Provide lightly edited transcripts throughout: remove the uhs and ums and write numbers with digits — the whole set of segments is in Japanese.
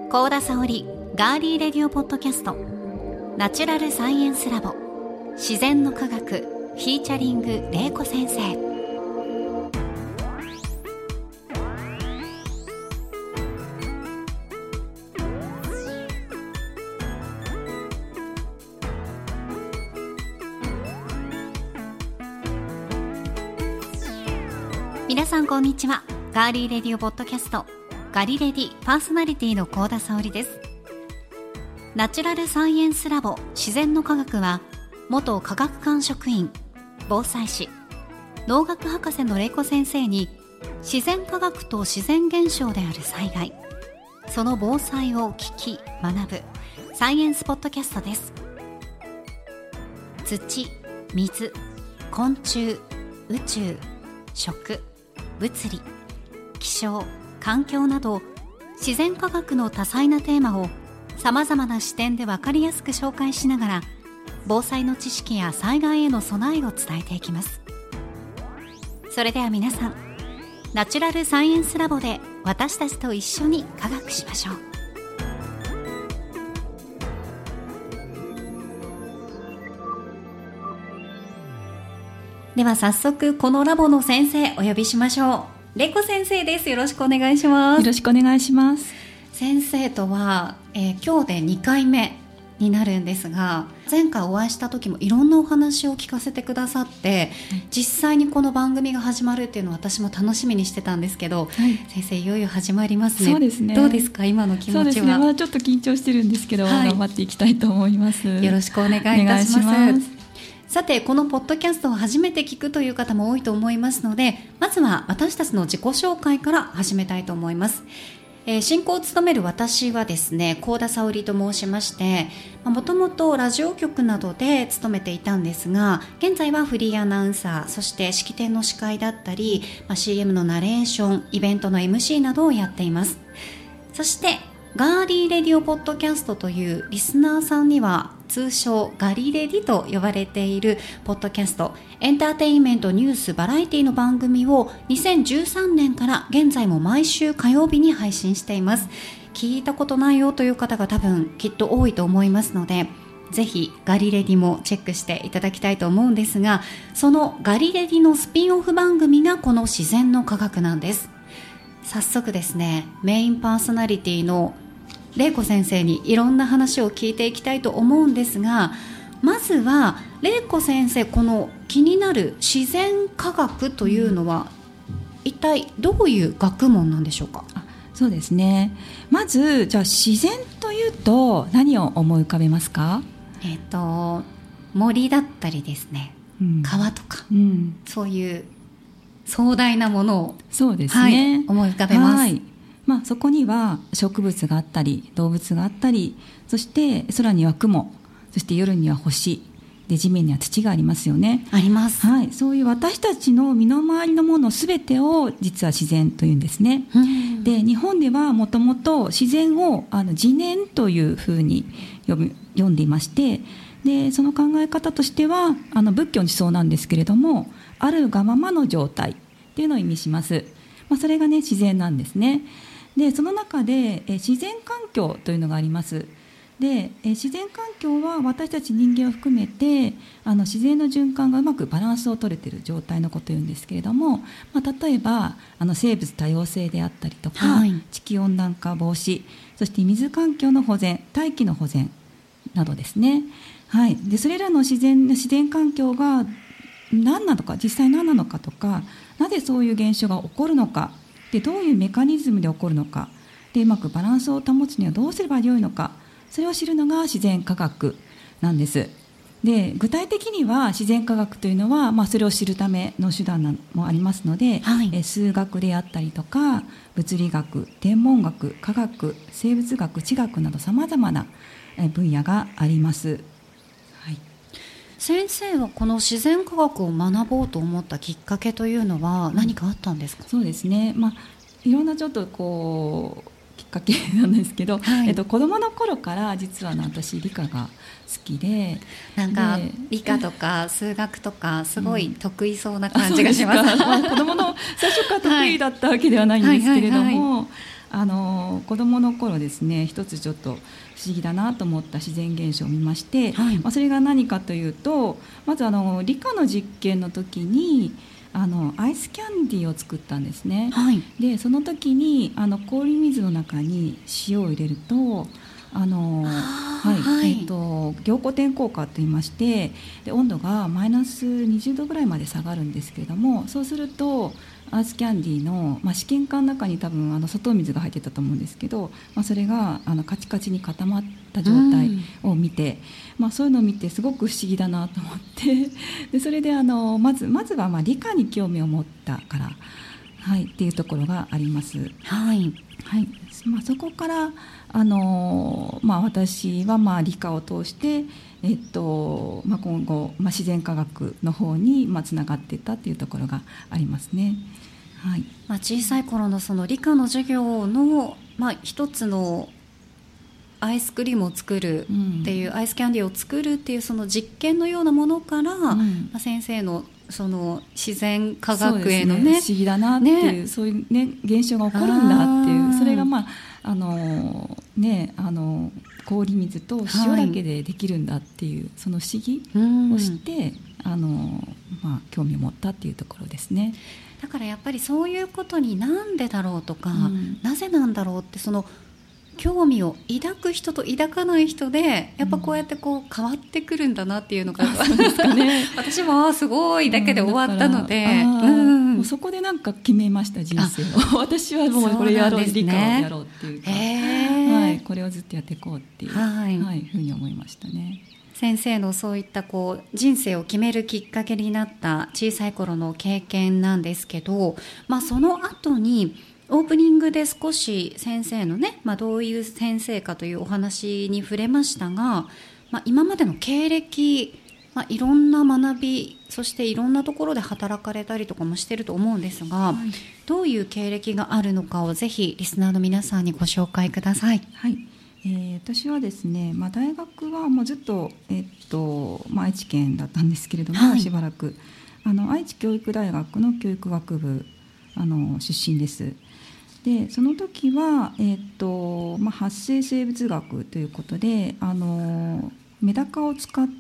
幸田沙織ガーリーレディオポッドキャスト、ナチュラルサイエンスラボ、自然の科学フィーチャリング玲子先生。皆さんこんにちは。ガーリーレディオポッドキャストガリレディパーソナリティの幸田沙織です。ナチュラルサイエンスラボ自然の科学は、元科学館職員、防災士、農学博士の玲子先生に、自然科学と自然現象である災害、その防災を聞き学ぶサイエンスポッドキャストです。土、水、昆虫、宇宙、食、物理、気象、環境など自然科学の多彩なテーマをさまざまな視点で分かりやすく紹介しながら、防災の知識や災害への備えを伝えていきます。それでは皆さん、ナチュラルサイエンスラボで私たちと一緒に科学しましょう。では早速このラボの先生お呼びしましょう。玲子先生です。よろしくお願いします。 よろしくお願いします。 先生とは、今日で2回目になるんですが、前回お会いした時もいろんなお話を聞かせてくださって、実際にこの番組が始まるっていうのを私も楽しみにしてたんですけど、先生いよいよ始まりますね。 そうですね。 どうですか今の気持ちは。 そうですね、まだちょっと緊張してるんですけど、頑張っていきたいと思います。 よろしくお願いいたします。さて、このポッドキャストを初めて聞くという方も多いと思いますので、まずは私たちの自己紹介から始めたいと思います。進行を務める私はですね、幸田沙織と申しまして、もともとラジオ局などで勤めていたんですが、現在はフリーアナウンサー、そして式典の司会だったり、CM のナレーション、イベントの MC などをやっています。そしてガーリーレディオポッドキャストというリスナーさんには通称ガリレディと呼ばれているポッドキャスト、エンターテインメント、ニュース、バラエティの番組を2013年から現在も毎週火曜日に配信しています。聞いたことないよという方が多分きっと多いと思いますので、ぜひガリレディもチェックしていただきたいと思うんですが、そのガリレディのスピンオフ番組がこの自然の科学なんです。早速ですね、メインパーソナリティの玲子先生にいろんな話を聞いていきたいと思うんですが、まずは玲子先生、この気になる自然科学というのは、一体どういう学問なんでしょうか。 そうですね、まずじゃあ自然というと何を思い浮かべますか。 森だったりですね、川とか、そういう壮大なものを、 そうですね、 思い浮かべます。 そこには植物があったり動物があったり、そして空には雲、そして夜には星で、地面には土がありますよね。 あります。 そういう私たちの身の回りのものすべてを実は自然というんですね。で、日本ではもともと自然を自然というふうに呼んでいまして、でその考え方としては仏教の思想なんですけれども、あるがままの状態っていうのを意味します。それがね、自然なんですね。でその中で自然環境というのがあります。で自然環境は私たち人間を含めて自然の循環がうまくバランスを取れている状態のことを言うんですけれども、例えば生物多様性であったりとか、地球温暖化防止、そして水環境の保全、大気の保全などですね。でそれらの自然環境が何なのか、実際何なのかとか、なぜそういう現象が起こるのか、でどういうメカニズムで起こるのか、でうまくバランスを保つにはどうすればよいのか、それを知るのが自然科学なんです。で具体的には自然科学というのは、それを知るための手段もありますので、数学であったりとか物理学、天文学、科学、生物学、地学などさまざまな分野があります。 先生はこの自然科学を学ぼうと思ったきっかけというのは何かあったんですか。 そうですね、いろんなちょっときっかけなんですけど、子どもの頃から実は私理科が好きで、 なんか理科とか数学とかすごい得意そうな感じがします。 子どもの最初から得意だったわけではないんですけれども、 子どもの頃ですね、一つちょっと不思議だなと思った自然現象を見まして、はい、それが何かというと、まず理科の実験の時にアイスキャンディーを作ったんですね、はい、でその時に氷水の中に塩を入れると凝固点効果といいまして、で温度がマイナス20度ぐらいまで下がるんですけれども、そうするとアイスキャンディーの、試験管の中に多分砂糖水が入ってたと思うんですけど、それがカチカチに固まった状態を見て、そういうのを見てすごく不思議だなと思ってでそれでまずは理科に興味を持ったから、はい、っていうところがあります。はいはい。そこから私は理科を通して、今後、自然科学の方につながっていったというところがありますね。はい。 小さい頃のその理科の授業の、一つのアイスクリームを作るっていう、アイスキャンディーを作るっていうその実験のようなものから、先生のその自然科学へのね、 不思議だなっていう、そういう現象が起こるんだっていう、それが氷水と塩だけでできるんだっていう、その不思議をして興味を持ったっていうところですね。 だからやっぱりそういうことになんでだろうとか、なぜなんだろうって、その興味を抱く人と抱かない人でやっぱこうやって変わってくるんだなっていうのが、私もすごいだけで終わったので、 もうそこで決めました、人生を私はもうこれやろう、理科をやろうっていうか、はい、これをずっとやっていこうっていう、ふうに思いましたね。 先生のそういった人生を決めるきっかけになった小さい頃の経験なんですけど、その後にオープニングで少し先生のね、どういう先生かというお話に触れましたが、今までの経歴、いろんな学び、そしていろんなところで働かれたりとかもしてると思うんですが、どういう経歴があるのかをぜひリスナーの皆さんにご紹介ください。 はい。私はですね、大学はもうずっと、愛知県だったんですけれども、しばらく愛知教育大学の教育学部出身です。でその時は、発生生物学ということでメダカを使って、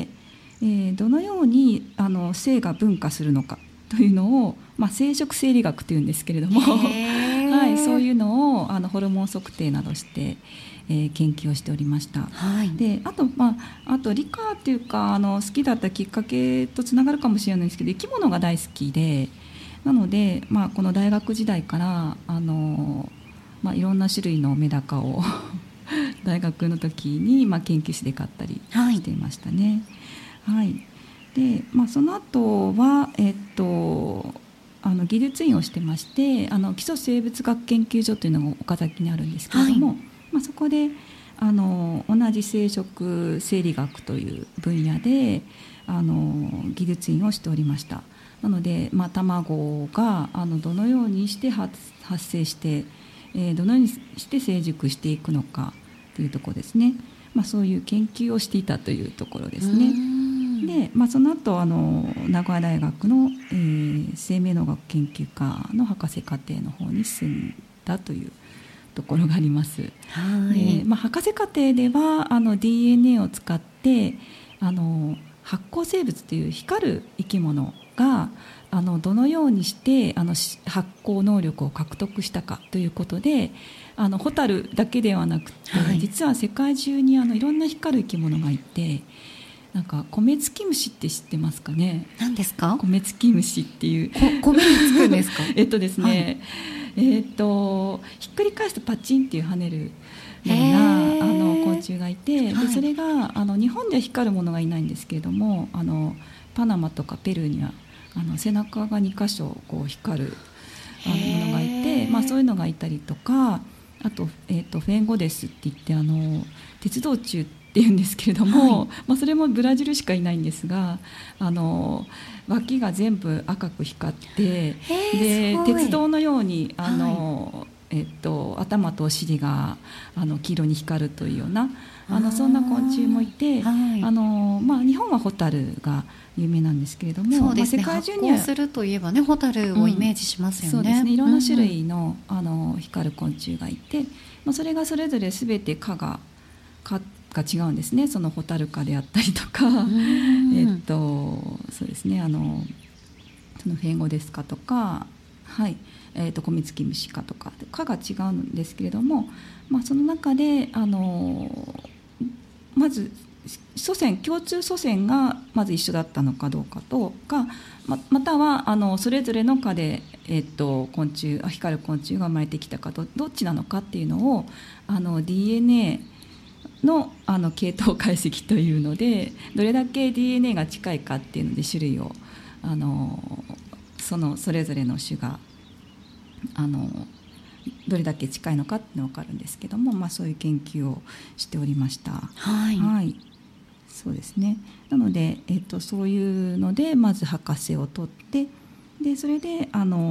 どのように生が分化するのかというのを、生殖生理学というんですけれども、はい、そういうのをホルモン測定などして、研究をしておりました。であと理科というか好きだったきっかけとつながるかもしれないんですけど、生き物が大好きで、なので、この大学時代からいろんな種類のメダカを大学の時に、研究室で買ったりしていましたね。はいでその後は、技術院をしてまして、基礎生物学研究所というのが岡崎にあるんですけれども、そこで同じ生殖生理学という分野で技術院をしておりました。なので、卵がどのようにして発生して、どのようにして成熟していくのかというところですね。そういう研究をしていたというところですね。で、その後名古屋大学の、生命能学研究科の博士課程の方に進んだというところがあります。博士課程ではDNA を使って発光生物という光る生き物がどのようにして発光能力を獲得したかということで、ホタルだけではなくて、実は世界中にいろんな光る生き物がいて、コメツキムシって知ってますかね。 何ですか？ コメツキムシっていう米につくんですか？ ですね、ひっくり返すとパチンっていう跳ねるような昆虫がいて、でそれが日本では光るものがいないんですけれども、パナマとかペルーには背中が2箇所光るものがいて、そういうのがいたりとか、あと、フェンゴデスっていって鉄道虫っていうんですけれども、それもブラジルしかいないんですが、脇が全部赤く光って、で鉄道のように頭とお尻が黄色に光るというようなそんな昆虫もいて、はい、日本はホタルが有名なんですけれども、 そうですね、世界中には発光するといえばね、ホタルをイメージしますよね、 そうですね、いろんな種類の、光る昆虫がいて、それがそれぞれ全て科が違うんですね。そのホタル科であったりとかそうですね、そのフェンゴですかとか、はい、コミツキムシ科とか科が違うんですけれども、その中でまず共通祖先がまず一緒だったのかどうかとか、またはそれぞれの科で、光る昆虫が生まれてきたかとどっちなのかっていうのをDNA の系統解析というので、どれだけ DNA が近いかっていうので種類をそれぞれの種がどれだけ近いのかっていうのが分かるんですけども、そういう研究をしておりました。 はい、 はい、そうですね。なので、そういうのでまず博士を取って、でそれで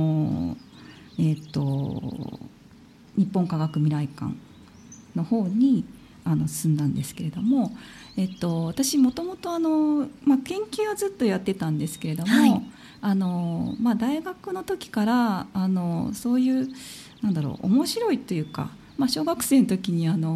日本科学未来館の方に進んだんですけれども、私もともと研究はずっとやってたんですけれども、はい、大学の時からそういう面白いというか、小学生の時にアイ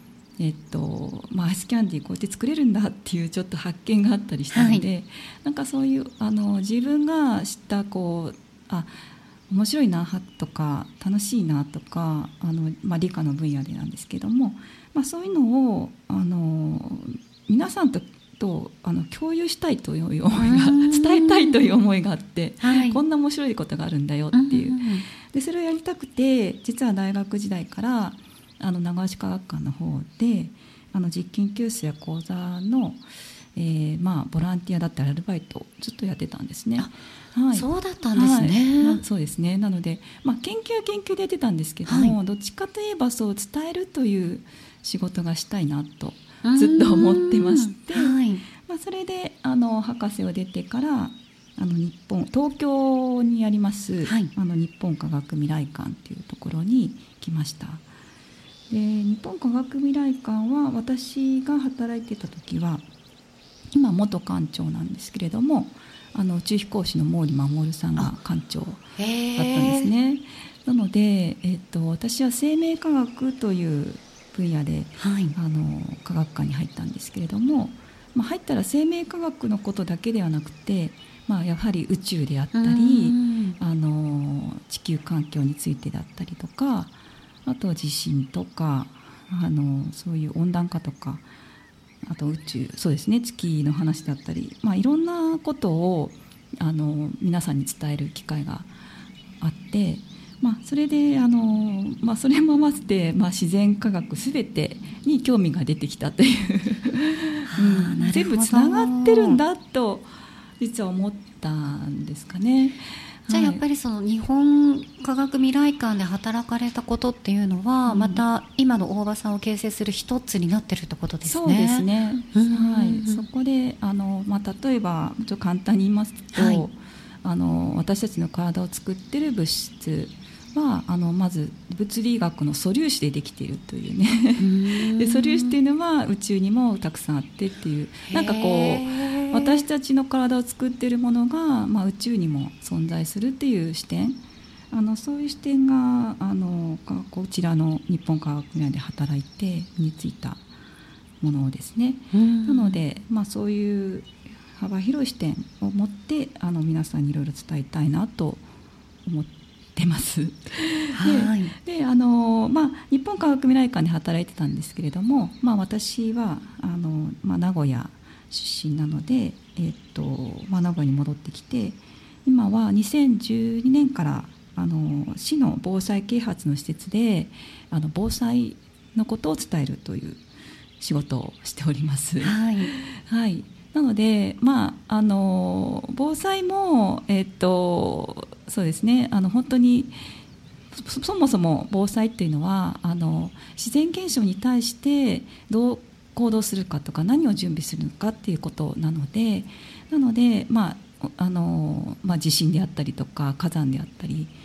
スキャンディーこうやって作れるんだっていうちょっと発見があったりしたので、はい、そういう自分が知った面白いなとか楽しいなとか理科の分野でなんですけども、そういうのを皆さんと共有したいという思いが伝えたいという思いがあって、はい、こんな面白いことがあるんだよっていう、でそれをやりたくて、実は大学時代から長橋科学館の方で実験教室や講座の、ボランティアだったりアルバイトをずっとやってたんですね。 はい、そうだったんですね。 はい、そうですね。なので、研究は研究でやってたんですけども、はい、どっちかといえばそう伝えるという仕事がしたいなとずっと思ってまして、はい、それで博士を出てから東京にあります、はい、日本科学未来館というところに来ました。で日本科学未来館は私が働いてた時は今元館長なんですけれども、宇宙飛行士の毛利守さんが館長だったんですね。なので、私は生命科学という分野で、はい、科学館に入ったんですけれども、入ったら生命科学のことだけではなくて、やはり宇宙であったり地球環境についてだったりとか、あと地震とかそういう温暖化とか、あと宇宙、そうですね、月の話だったり、いろんなことを皆さんに伝える機会があって、それでそれも合わせて、自然科学すべてに興味が出てきたという全部つながってるんだと実は思ったんですかね。 じゃあやっぱりその日本科学未来館で働かれたことっていうのは、また今の大場さんを形成する一つになってるってことですね。 そうですね、はい、そこで例えばちょっと簡単に言いますと、はい、私たちの体を作っている物質はまず物理学の素粒子でできているというねで素粒子っていうのは宇宙にもたくさんあってっていう、私たちの体を作っているものが、宇宙にも存在するっていう視点、そういう視点がこちらの日本科学未来で働いて身についたものですね。なので、そういう幅広い視点を持って皆さんにいろいろ伝えたいなと思ってます。で日本科学未来館で働いてたんですけれども、私は名古屋出身なので、名古屋に戻ってきて、今は2012年から市の防災啓発の施設で防災のことを伝えるという仕事をしております。はい、はい、なので、防災も、そうですね、本当にそもそも防災っていうのは自然現象に対してどう行動するかとか何を準備するのかっていうことなので、地震であったりとか火山であったり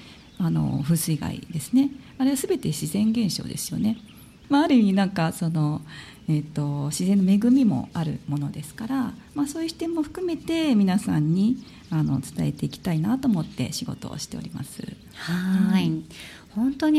風水害ですね、あれは全て自然現象ですよね。ある意味なんか自然の恵みもあるものですから、そういう視点も含めて皆さんに伝えていきたいなと思って仕事をしております。 はい、本当に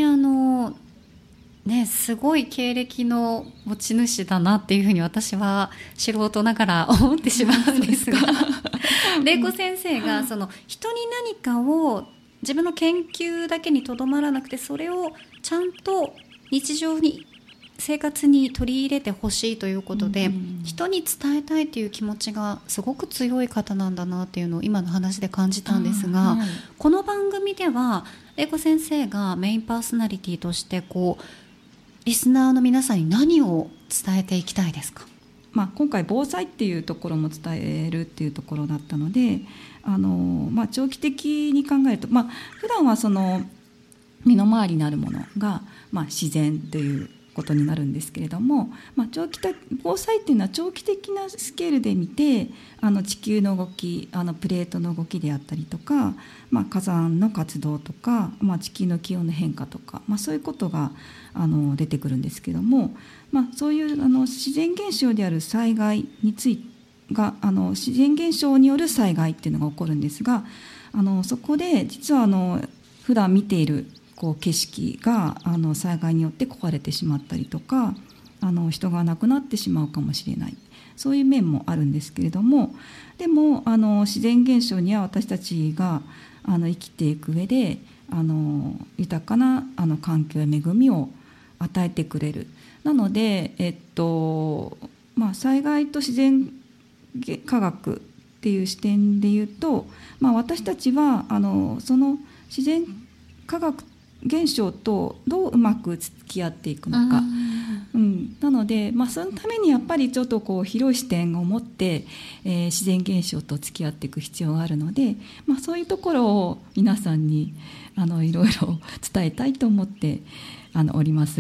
すごい経歴の持ち主だなっていうふうに私は素人ながら思ってしまうんですが玲子先生が人に何かを自分の研究だけにとどまらなくて、それをちゃんと日常に生活に取り入れてほしいということで、人に伝えたいという気持ちがすごく強い方なんだなっていうのを今の話で感じたんですが、この番組では玲子先生がメインパーソナリティとしてリスナーの皆さんに何を伝えていきたいですか？ 今回防災っていうところも伝えるっていうところだったので、長期的に考えると、普段は身の回りにあるものが、自然ということになるんですけれども、防災っていうのは長期的なスケールで見て、地球の動き、プレートの動きであったりとか、火山の活動とか、地球の気温の変化とか、そういうことが出てくるんですけども、そういう自然現象である災害について自然現象による災害っていうのが起こるんですが、そこで実は普段見ている景色が災害によって壊れてしまったりとか、人が亡くなってしまうかもしれない、そういう面もあるんですけれども、でも自然現象には私たちが生きていく上で豊かな環境や恵みを与えてくれる。なので、災害と自然科学っていう視点でいうと、私たちはその自然科学現象とどううまく付き合っていくのか、なので、そのためにやっぱりちょっと広い視点を持って、自然現象と付き合っていく必要があるので、そういうところを皆さんにいろいろ伝えたいと思っております。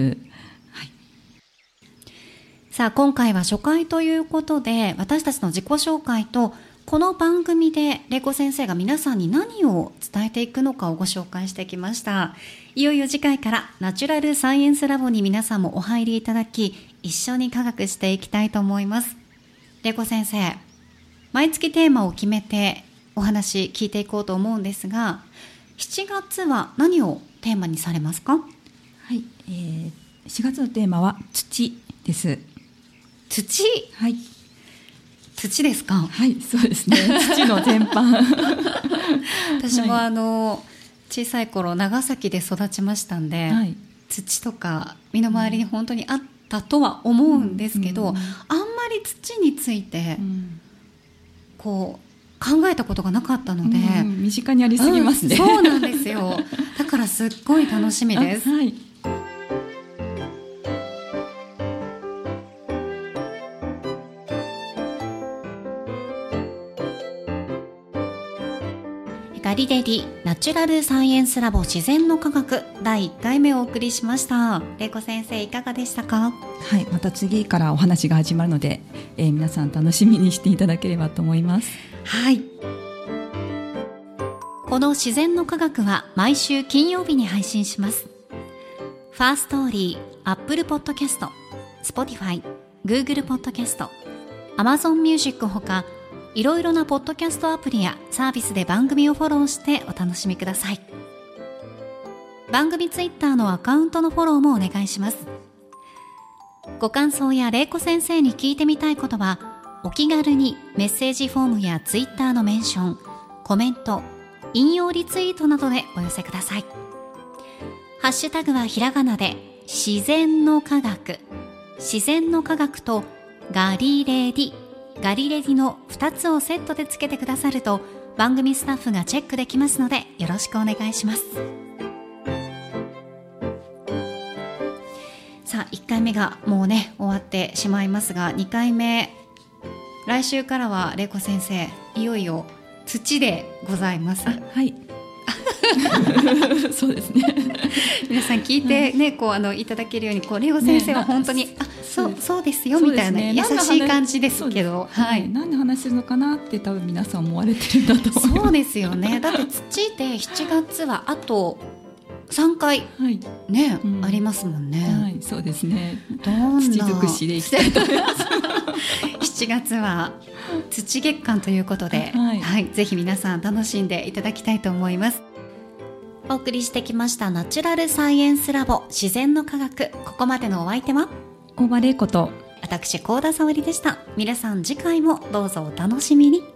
さあ、今回は初回ということで、私たちの自己紹介とこの番組で玲子先生が皆さんに何を伝えていくのかをご紹介してきました。いよいよ次回からナチュラルサイエンスラボに皆さんもお入りいただき、一緒に科学していきたいと思います。玲子先生、毎月テーマを決めてお話聞いていこうと思うんですが、7月は何をテーマにされますか？ はい、4月のテーマは土です。 土？ はい。 土ですか？ はい、そうですね。土の全般。 私も小さい頃長崎で育ちましたんで、土とか身の回りに本当にあったとは思うんですけど、あんまり土について考えたことがなかったので、 身近にありすぎますね。 そうなんですよ。だからすっごい楽しみです。ガリレディナチュラルサイエンスラボ自然の科学第1回目をお送りしました。玲子先生、いかがでしたか？ はい、また次からお話が始まるので、皆さん楽しみにしていただければと思います。 はい。この自然の科学は毎週金曜日に配信します。ファーストーリー、Apple Podcast、Spotify、Google Podcast、Amazon Music ほか、いろいろなポッドキャストアプリやサービスで番組をフォローしてお楽しみください。番組ツイッターのアカウントのフォローもお願いします。ご感想や玲子先生に聞いてみたいことは、お気軽にメッセージフォームやツイッターのメンション、コメント、引用リツイートなどでお寄せください。ハッシュタグはひらがなで自然の科学、自然の科学とガリレディの2つをセットでつけてくださると、番組スタッフがチェックできますのでよろしくお願いします。さあ、1回目がもうね終わってしまいますが、2回目、来週からは玲子先生、いよいよ土でございます。 はい。そうですね。 皆さん聞いてね、いただけるように、玲子先生は本当に、そうですよみたいな優しい感じですけど、 何で話するのかなって多分皆さん思われてるんだと思います。 そうですよね。だって土で7月はあと 3回、 はいね、ありますもんね。 はい、そうですね。 どんな土尽くしでいきたいと思います 7月は土月間ということで、はいぜひ皆さん楽しんでいただきたいと思います。お送りしてきましたナチュラルサイエンスラボ自然の科学、ここまでのお相手は大場玲子と私幸田沙織でした。皆さん次回もどうぞお楽しみに。